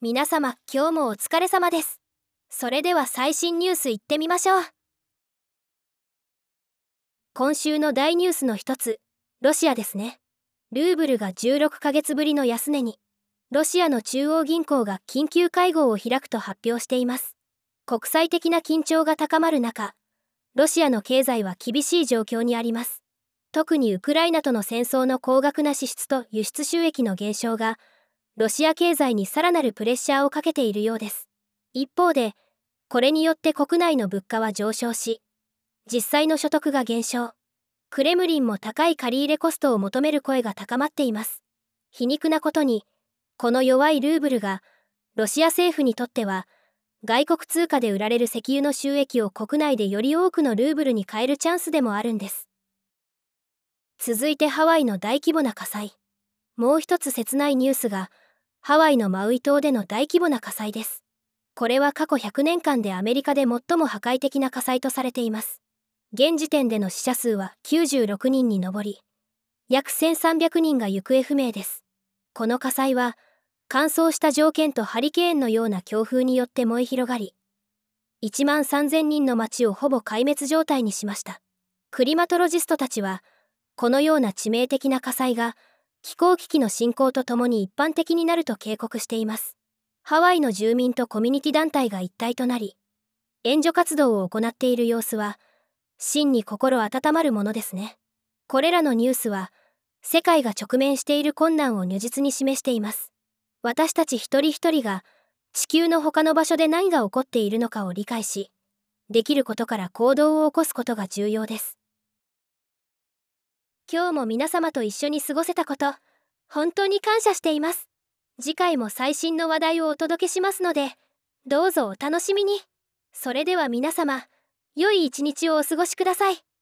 皆様、今日もお疲れ様です。それでは最新ニュースいってみましょう。今週の大ニュースの一つ、ロシアですね。ルーブルが16ヶ月ぶりの安値に、ロシアの中央銀行が緊急会合を開くと発表しています。国際的な緊張が高まる中、ロシアの経済は厳しい状況にあります。特にウクライナとの戦争の高額な支出と輸出収益の減少が、ロシア経済にさらなるプレッシャーをかけているようです。一方で、これによって国内の物価は上昇し、実際の所得が減少。クレムリンも高い借入コストを求める声が高まっています。皮肉なことに、この弱いルーブルが、ロシア政府にとっては、外国通貨で売られる石油の収益を国内でより多くのルーブルに変えるチャンスでもあるんです。続いてハワイの大規模な火災。もう一つ切ないニュースが、ハワイのマウイ島での大規模な火災です。これは過去100年間でアメリカで最も破壊的な火災とされています。現時点での死者数は96人に上り、約1300人が行方不明です。この火災は、乾燥した条件とハリケーンのような強風によって燃え広がり、1万3000人の町をほぼ壊滅状態にしました。クリマトロジストたちは、このような致命的な火災が、気候危機の進行とともに一般的になると警告しています。ハワイの住民とコミュニティ団体が一体となり、援助活動を行っている様子は、真に心温まるものですね。これらのニュースは、世界が直面している困難を如実に示しています。私たち一人一人が、地球の他の場所で何が起こっているのかを理解し、できることから行動を起こすことが重要です。今日も皆様と一緒に過ごせたこと、本当に感謝しています。次回も最新の話題をお届けしますので、どうぞお楽しみに。それでは皆様、良い一日をお過ごしください。